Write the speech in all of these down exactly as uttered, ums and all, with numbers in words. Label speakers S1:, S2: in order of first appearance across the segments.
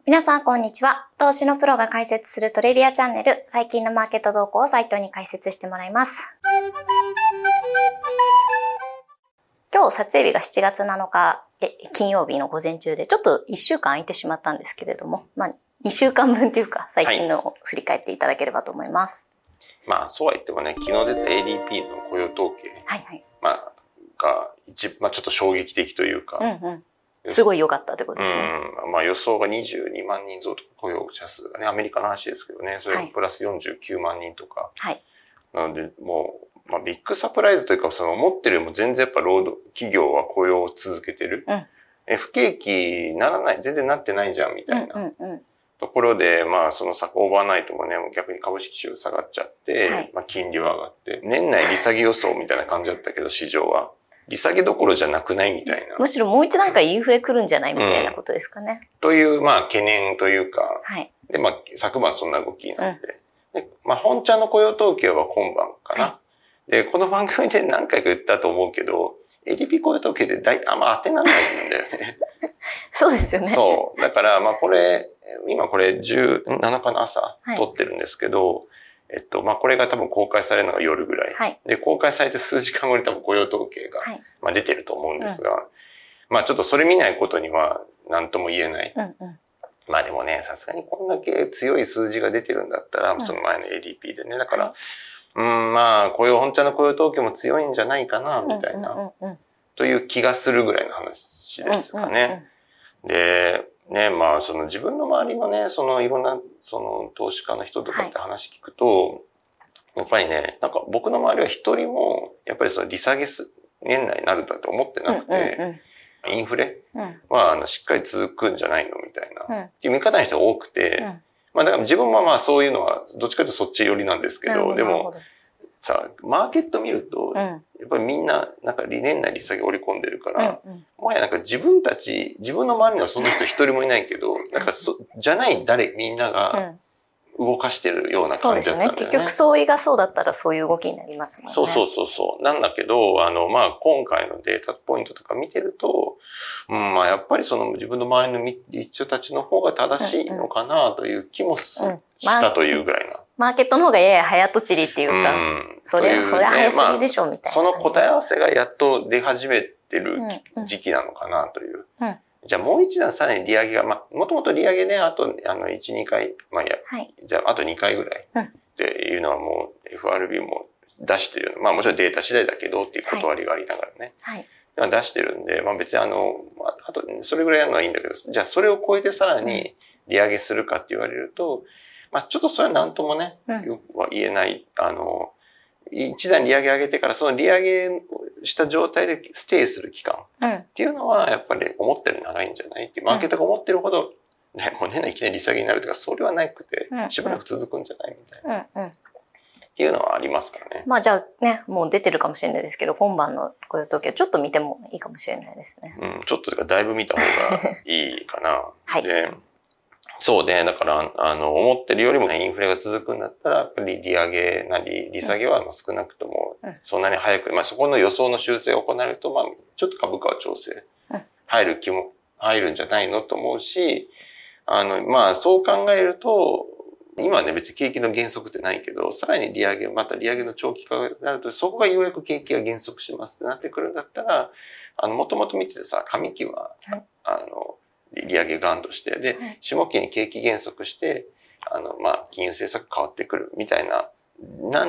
S1: 皆さんこんにちは。投資のプロが解説するトレビアチャンネル、最近のマーケット動向を斉藤に解説してもらいます。今日撮影日がしちがつなのか金曜日の午前中で、ちょっといっしゅうかん空いてしまったんですけれども、まあにしゅうかんぶんというか最近のを振り返っていただければと思います。
S2: はい、まあそうは言ってもね、昨日出た エーディーピー の雇用統計、
S1: はいはい、
S2: まあが一、まあ、ちょっと衝撃的というか、
S1: うんうん、すごい良かったってことですね。
S2: うん、まあ予想がにじゅうにまんにん増とか雇用者数がね、アメリカの話ですけどね、それがプラスよんじゅうきゅうまんにんとか。
S1: はい。
S2: なので、もう、まあビッグサプライズというか、その思ってるよりも全然やっぱ労働、企業は雇用を続けてる。うん、え不景気ならない、全然なってないじゃんみたいな。うんうんうんところで、まあ、その昨オーバーナイトもね、逆に株式市場下がっちゃって、はい、まあ、金利は上がって、年内利下げ予想みたいな感じだったけど、市場は。利下げどころじゃなくないみたいな。
S1: むしろもう一段階インフレ来るんじゃないみたいなことですかね。
S2: うん、という、まあ、懸念というか、
S1: はい。
S2: で、まあ、昨晩そんな動きになって、うん、でまあ、本茶の雇用統計は今晩かな。はい、で、この番組で何回か言ったと思うけど、エーディーピー 雇用統計で大あんま当てなんないんだよね。
S1: そうですよね。
S2: そう。だから、まあこれ、今これじゅうなのかの朝撮ってるんですけど、はい、えっと、まあこれが多分公開されるのが夜ぐらい。はい、で、公開されて数時間後に多分雇用統計が、はい、まあ出てると思うんですが、うん、まあちょっとそれ見ないことには何とも言えない。うんうん、まあでもね、さすがにこんだけ強い数字が出てるんだったら、うん、その前の エーディーピー でね。だから、はい、うん、まあ雇用、本茶の雇用統計も強いんじゃないかな、みたいな、うんうんうん、という気がするぐらいの話ですかね。うんうんうんで、ね、まあ、その自分の周りのね、そのいろんな、その投資家の人とかって話聞くと、はい、やっぱりね、なんか僕の周りは一人も、やっぱりその利下げす、年内になるんだと思ってなくて、うんうんうん、インフレは、あの、しっかり続くんじゃないのみたいな、うん、っていう見方の人が多くて、うん、まあ、だから自分はまあそういうのは、どっちかというとそっち寄りなんですけど、でも、さ、マーケット見ると、うん、やっぱりみんな、なんか年内利下げ織り込んでるから、うんうん、もはやなんか自分たち、自分の周りにはそんな人一人もいないけど、なんかそ、じゃない誰、みんなが動かしてるような感じだったんだよね。そうですね。
S1: 結局相違がそうだったらそういう動きになりますもんね。
S2: そうそうそうそう。なんだけど、あの、まあ、今回のデータポイントとか見てると、うん、まあ、やっぱりその自分の周りの人たちの方が正しいのかなという気もす、うんうん、したというぐらいな。
S1: マーケットの方がやや早とちりっていうか、うん、それ、それは早すぎでしょみたいな、
S2: まあ。その答え合わせがやっと出始めてる時期なのかなという。うんうん、じゃあもう一段さらに利上げが、まあ、もともと利上げね、あと、あの、いち、にかい、まあ、や、はい、じゃああとにかいぐらいっていうのはもう エフアールビー も出してる。まあもちろんデータ次第だけどっていう断りがありながらね。はい。はい、出してるんで、まあ別にあの、あと、それぐらいやるのはいいんだけど、じゃあそれを超えてさらに利上げするかって言われると、まあちょっとそれは何ともね、うん、よくは言えない。あの、一段利上げ上げてからその利上げした状態でステイする期間っていうのはやっぱり思ったより長いんじゃないっていう、マーケットが思ってるほど、ね、もう年内いきなり利下げになるとか、それはなくて、しばらく続くんじゃないみたいな。うんうん、っていうのはありますからね。
S1: まあじゃあね、もう出てるかもしれないですけど、今晩の雇用統計ちょっと見てもいいかもしれないですね。
S2: うん、ちょっとというかだいぶ見た方がいいかな。はい。で、そうね、だから、あの、思ってるよりもね、インフレが続くんだったら、やっぱり利上げなり、利下げは少なくとも、そんなに早く、うん、まあそこの予想の修正を行えると、まあ、ちょっと株価は調整、入る気も、入るんじゃないのと思うし、あの、まあ、そう考えると、今はね、別に景気の減速ってないけど、さらに利上げ、また利上げの長期化になると、そこがようやく景気が減速しますってなってくるんだったら、あの、もともと見ててさ、上期は、はい、あの、利上げガンとして、で、下期に景気減速して、あの、まあ、金融政策変わってくるみたいな、なん、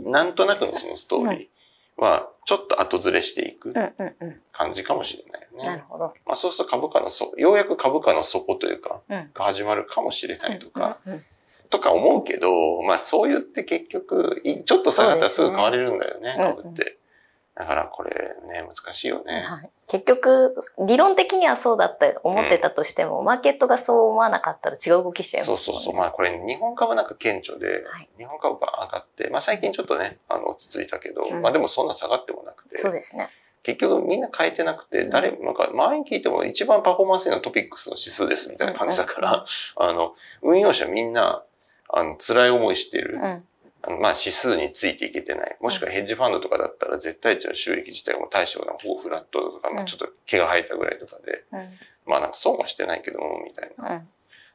S2: なんとなくのそのストーリーは、ちょっと後ずれしていく感じかもしれないよね。
S1: なるほど。
S2: まあ、そうすると株価のそ、ようやく株価の底というか、が始まるかもしれないとか、とか思うけど、まあ、そう言って結局、ちょっと下がったらすぐ買われるんだよね、株って。だからこれね、難しいよね。
S1: はい、結局、理論的にはそうだって思ってたとしても、うん、マーケットがそう思わなかったら違う動きしちゃいますもんね。
S2: そうそうそう。まあこれ日本株なんか顕著で、はい、日本株が上がって、まあ最近ちょっとね、あの落ち着いたけど、うん、まあでもそんな下がってもなくて。
S1: そうですね。
S2: 結局みんな変えてなくて、誰、なんか周りに聞いても一番パフォーマンスいいのはトピックスの指数ですみたいな感じだから、うんうん、あの、運用者みんな、あの、辛い思いしてる。うんあのまあ指数についていけてない。もしくはヘッジファンドとかだったら絶対値の収益自体がもう大したことない。ほぼフラットとか、まあちょっと毛が生えたぐらいとかで、うん、まあなんか損はしてないけども、みたいな。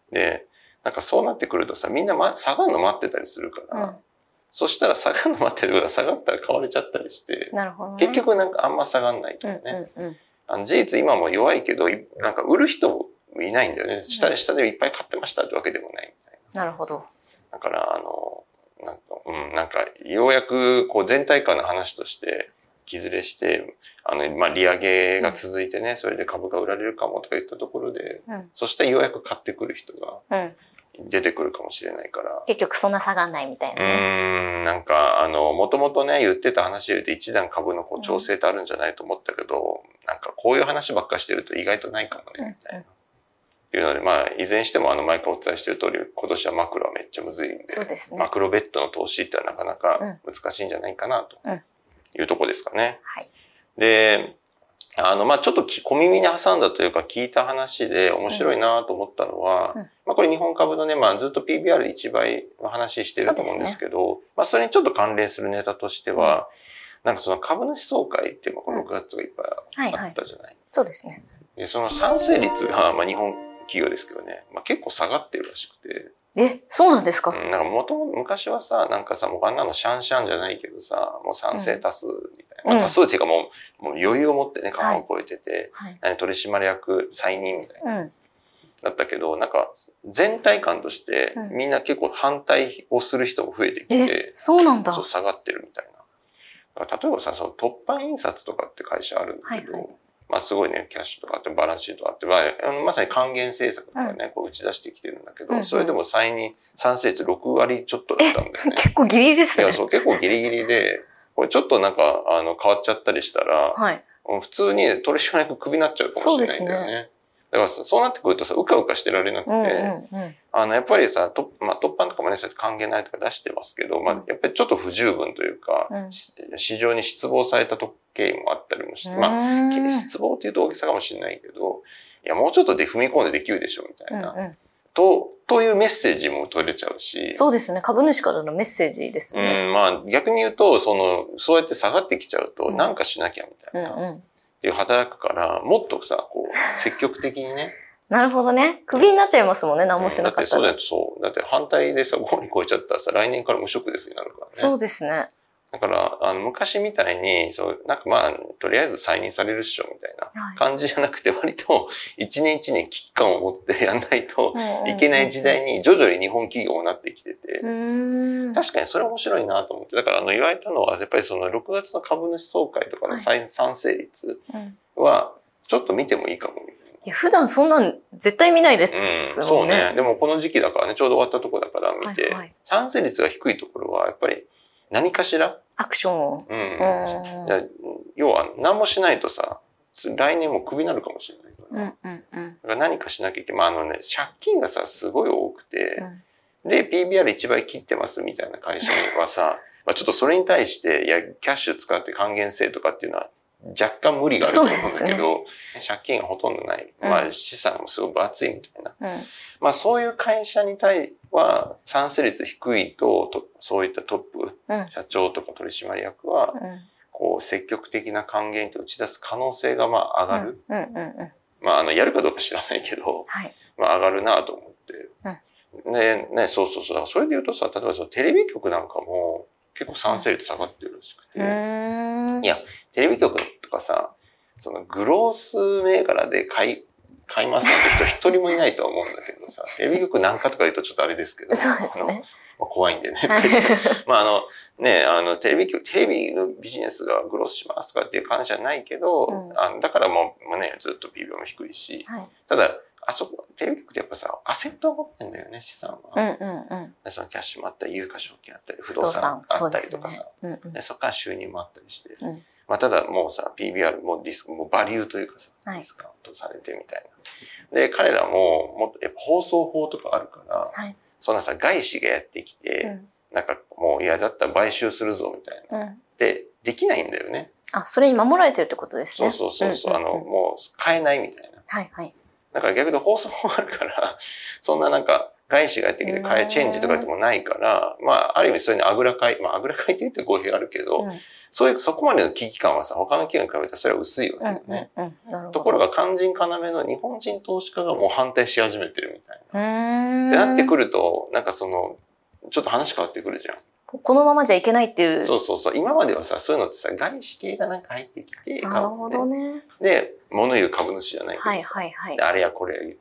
S2: で、なんかそうなってくるとさ、みんな、ま、下がるの待ってたりするから、うん、そしたら下がるの待ってることは下がったら買われちゃったりして、
S1: なるほどね、
S2: 結局なんかあんま下がんないとね。うんうんうん、あの事実今も弱いけど、なんか売る人もいないんだよね。下で、下でいっぱい買ってましたってわけでもないみたい
S1: な。なるほど。
S2: だから、あの、なんか、うん、なんか、ようやく、こう、全体感の話として、気ずれして、あの、まあ、利上げが続いてね、うん、それで株が売られるかもとか言ったところで、うん、そしてようやく買ってくる人が、出てくるかもしれないから。
S1: 結局そんな下がんないみたいなね。
S2: うーん、なんか、あの、もともとね、言ってた話で言うと一段株のこう調整ってあるんじゃないと思ったけど、うん、なんかこういう話ばっかしてると意外とないかもね、みたいな。うんうんいうので、まあ、いずれにしてもあの、毎回お伝えしている通り、今年はマクロはめっちゃむずいんで、
S1: そうですね。
S2: マクロベッドの投資ってのはなかなか難しいんじゃないかな、というところですかね。うん、
S1: はい。
S2: で、あの、まあ、ちょっと小耳に挟んだというか聞いた話で面白いなと思ったのは、うんうん、まあ、これ日本株のね、まあ、ずっと ピービーアール でいちばいの話してると思うんですけど、ね、まあ、それにちょっと関連するネタとしては、うん、なんかその株主総会っていうのがろくがつがいっぱいあったじゃない、うんはいはい、
S1: そうですね。
S2: で、その賛成率が、まあ、日本企業ですけどね、まあ、結構下がってるらしくて。
S1: え、そうなんですか？
S2: うん、なんかもともと昔はさ、なんかさ、もうあんなのシャンシャンじゃないけどさ、もう賛成多数みたいな。うん、まあ、多数っていうかもう、もう余裕を持ってね、緩和を超えてて、はいはい、取締役再任みたいな。うん、だったけど、なんか全体感としてみんな結構反対をする人も増えてきて、
S1: え、そうなんだ。
S2: そう下がってるみたいな。例えばさ、その突版印刷とかって会社あるんだけど、はいはいまあすごいね、キャッシュとかあってバランスシートあって、まあ、まさに還元政策とかね、うん、こう打ち出してきてるんだけど、うんうん、それでも再任、賛成率ろくわりちょっとだったんだよね。
S1: 結構ギリギリですね。
S2: いや、そう、結構ギリギリで、これちょっとなんか、あの、変わっちゃったりしたら、はい、普通に取締役クビになっちゃうかもしれないんだよね。そうですね。だからそうなってくるとさ、うかうかしてられなくて、うんうんうん、あの、やっぱりさ、とまあ、突版とかもね、そうやって還元ないとか出してますけど、まあ、やっぱりちょっと不十分というか、うん、市場に失望された時計もあったりもして、まあ、失望っていうと大げさかもしれないけど、いや、もうちょっとで踏み込んでできるでしょ、みたいな、うんうん。と、というメッセージも取れちゃうし。
S1: そうですね。株主からのメッセージですよね。
S2: うん、まあ、逆に言うと、その、そうやって下がってきちゃうと、なんかしなきゃ、みたいな。うんうんっていう働くから、もっとさ、こう、積極的にね。
S1: なるほどね。クビになっちゃいますもんね、何もしなかったら。
S2: うん、だってそうだよ、そう。だって反対でさ、ごに超えちゃったらさ、来年から無職ですになるからね。
S1: そうですね。
S2: だから、あの、昔みたいに、そう、なんかまあ、とりあえず再任されるっしょ、みたいな感じじゃなくて、割と、一年一年危機感を持ってやんないといけない時代に、徐々に日本企業になってきてて、確かにそれ面白いなと思って。だから、あの、言われたのは、やっぱりその、ろくがつの株主総会とかの賛成率は、ちょっと見てもいいかも。
S1: いや、普段そんなん絶対見ないですもんね。
S2: うん、そうね。でもこの時期だからね、ちょうど終わったとこだから見て、はいはい、賛成率が低いところは、やっぱり何かしら
S1: アクションを。
S2: うん。要は、何もしないとさ、来年もクビになるかもしれないから。うんうんうん、だから何かしなきゃいけない。まあ、あのね、借金がさ、すごい多くて、うん、で、ピービーアールいちばい切ってますみたいな会社はさ、まあちょっとそれに対して、いや、キャッシュ使って還元制とかっていうのは、若干無理があると思うんだけど、ね、借金がほとんどない。まあ資産もすごい分厚いみたいな。うん、まあそういう会社に対は賛成率低いと、とそういったトップ、うん、社長とか取締役は、うん、こう積極的な還元と打ち出す可能性がまあ上がる。まああの、やるかどうか知らないけど、はい、まあ上がるなと思って。うん、ね、ね、そうそうそう。だからそれで言うとさ、例えばそのテレビ局なんかも、結構賛成率下がってるらしくて。いや、テレビ局とかさ、そのグロース銘柄で買い、買いますなんて人一人もいないとは思うんだけどさ、テレビ局なんかとか言うとちょっとあれですけど。
S1: そうですね。
S2: まあ、怖いんでね。まああの、ね、あの、テレビ局、テレビのビジネスがグロースしますとかっていう感じじゃないけど、うん、あだからもうね、ずっと ピービーアール も低いし、はい、ただ、あそこ、テレビ局ってやっぱさ、アセットを持ってんだよね、資産は。うんうんうん、そのキャッシュもあったり、有価証券あったり、不動産あったりとかさ、そ, ねうんうん、そこから収入もあったりして。うん、まあ、ただもうさ、ピービーアール もディスク、もバリューというかさ、はい、ディスカウントされてみたいな。で、彼らも、もっとやっぱ放送法とかあるから、はい、そんなさ、外資がやってきて、うん、なんかもう嫌だったら買収するぞみたいな。うん、で、できないんだよね。
S1: あ、それに守られてるってことですね。
S2: そうそうそう。うんうんうん、あの、もう買えないみたいな。はいはい。だから逆に放送法あるから、そんななんか、外資がやってきて買いチェンジとかでもないから、まあ、ある意味そういうのあぐらかい、まあ、あぐらかいって言って語弊あるけど、うん、 そういう、そこまでの危機感はさ、他の企業に比べたらそれは薄いわけよね。
S1: うんうんうん、なるほど。
S2: ところが肝心要の日本人投資家がもう反対し始めてるみたいな。
S1: うーん。
S2: ってなってくると、なんかその、ちょっと話変わってくるじゃん。
S1: このままじゃいけないっていう。
S2: そうそうそう。今まではさ、そういうのってさ、外資系がなんか入ってきて、
S1: なるほどね。
S2: で、物言う株主じゃないけどさ、
S1: はいはいはい。
S2: あれやこれや言って、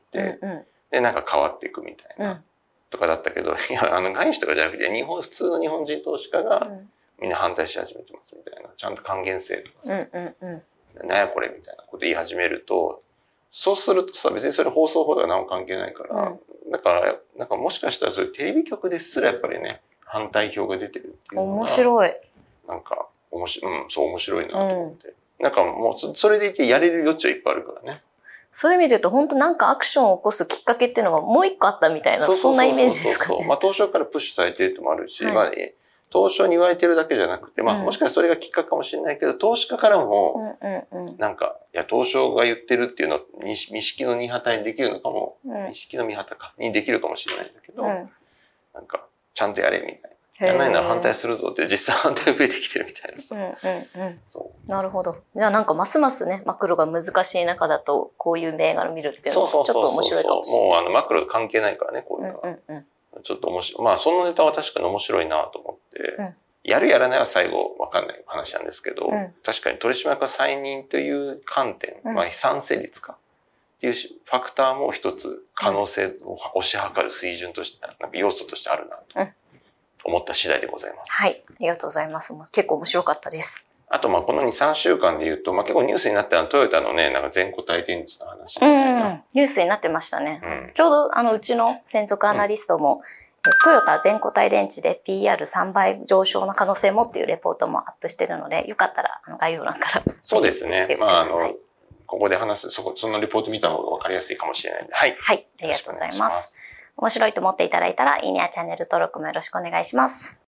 S2: うんうん、で、なんか変わっていくみたいな、うん、とかだったけど、いや、あの、外資とかじゃなくて、日本、普通の日本人投資家が、みんな反対し始めてますみたいな。ちゃんと還元制とかさ、うんうんうん、なんやこれみたいなこと言い始めると、そうするとさ、別にそれ放送法とか何も関係ないから、うん、だから、なんかもしかしたらそれテレビ局ですらやっぱりね、反対票が出てるっていうのが
S1: 面白い。
S2: なんか、面白い、うん、そう面白いなと思って。うん、なんかもう、それでいてやれる余地はいっぱいあるからね。
S1: そういう意味で言うと、本当なんかアクションを起こすきっかけっていうのがもう一個あったみたいな、そんなイメージですかね。
S2: まあ、東証からプッシュされてるってもあるし、はい、まあ、東証に言われてるだけじゃなくて、まあ、もしかしたらそれがきっかけかもしれないけど、投資家からも、なんか、いや、東証が言ってるっていうのは、見識の二旗にできるのかも、うん、見識の二旗か、にできるかもしれないんだけど、うん、なんか、ちゃんとやれみたいな。やらないなら反対するぞって実際反対増えてきてるみたいなさ。うんうんうん。そう。
S1: なるほど。じゃあなんかますますね、マクロが難しい中だと、こういう銘柄見るっていうのはちょっと面白いかもしれない。
S2: もうあのマクロ関係ないからね、こういうのは。うんうんうん、ちょっと面白い。まあそのネタは確かに面白いなと思って、うん、やるやらないは最後わかんない話なんですけど、うん、確かに取締役再任という観点、うん、まあ賛成率か。っていうファクターも一つ可能性を推し量る水準として、なんか要素としてあるなと。うん、思った次第でございます。
S1: はい。ありがとうございます。結構面白かったです。
S2: あと、ま、このに、さんしゅうかんで言うと、ま、結構ニュースになったのはトヨタのね、なんか全固体電池の話みたいな。うん。
S1: ニュースになってましたね。うん、ちょうど、あの、うちの専属アナリストも、うん、トヨタ全固体電池で ピーアールさん 倍上昇の可能性もっていうレポートもアップしてるので、よかったら、あの、概要欄から。
S2: そうですね。まあ、あの、ここで話す、そこ、そのレポート見た方がわかりやすいかもしれないんで、はい。
S1: はい。ありがとうございます。面白いと思っていただいたら、いいねやチャンネル登録もよろしくお願いします。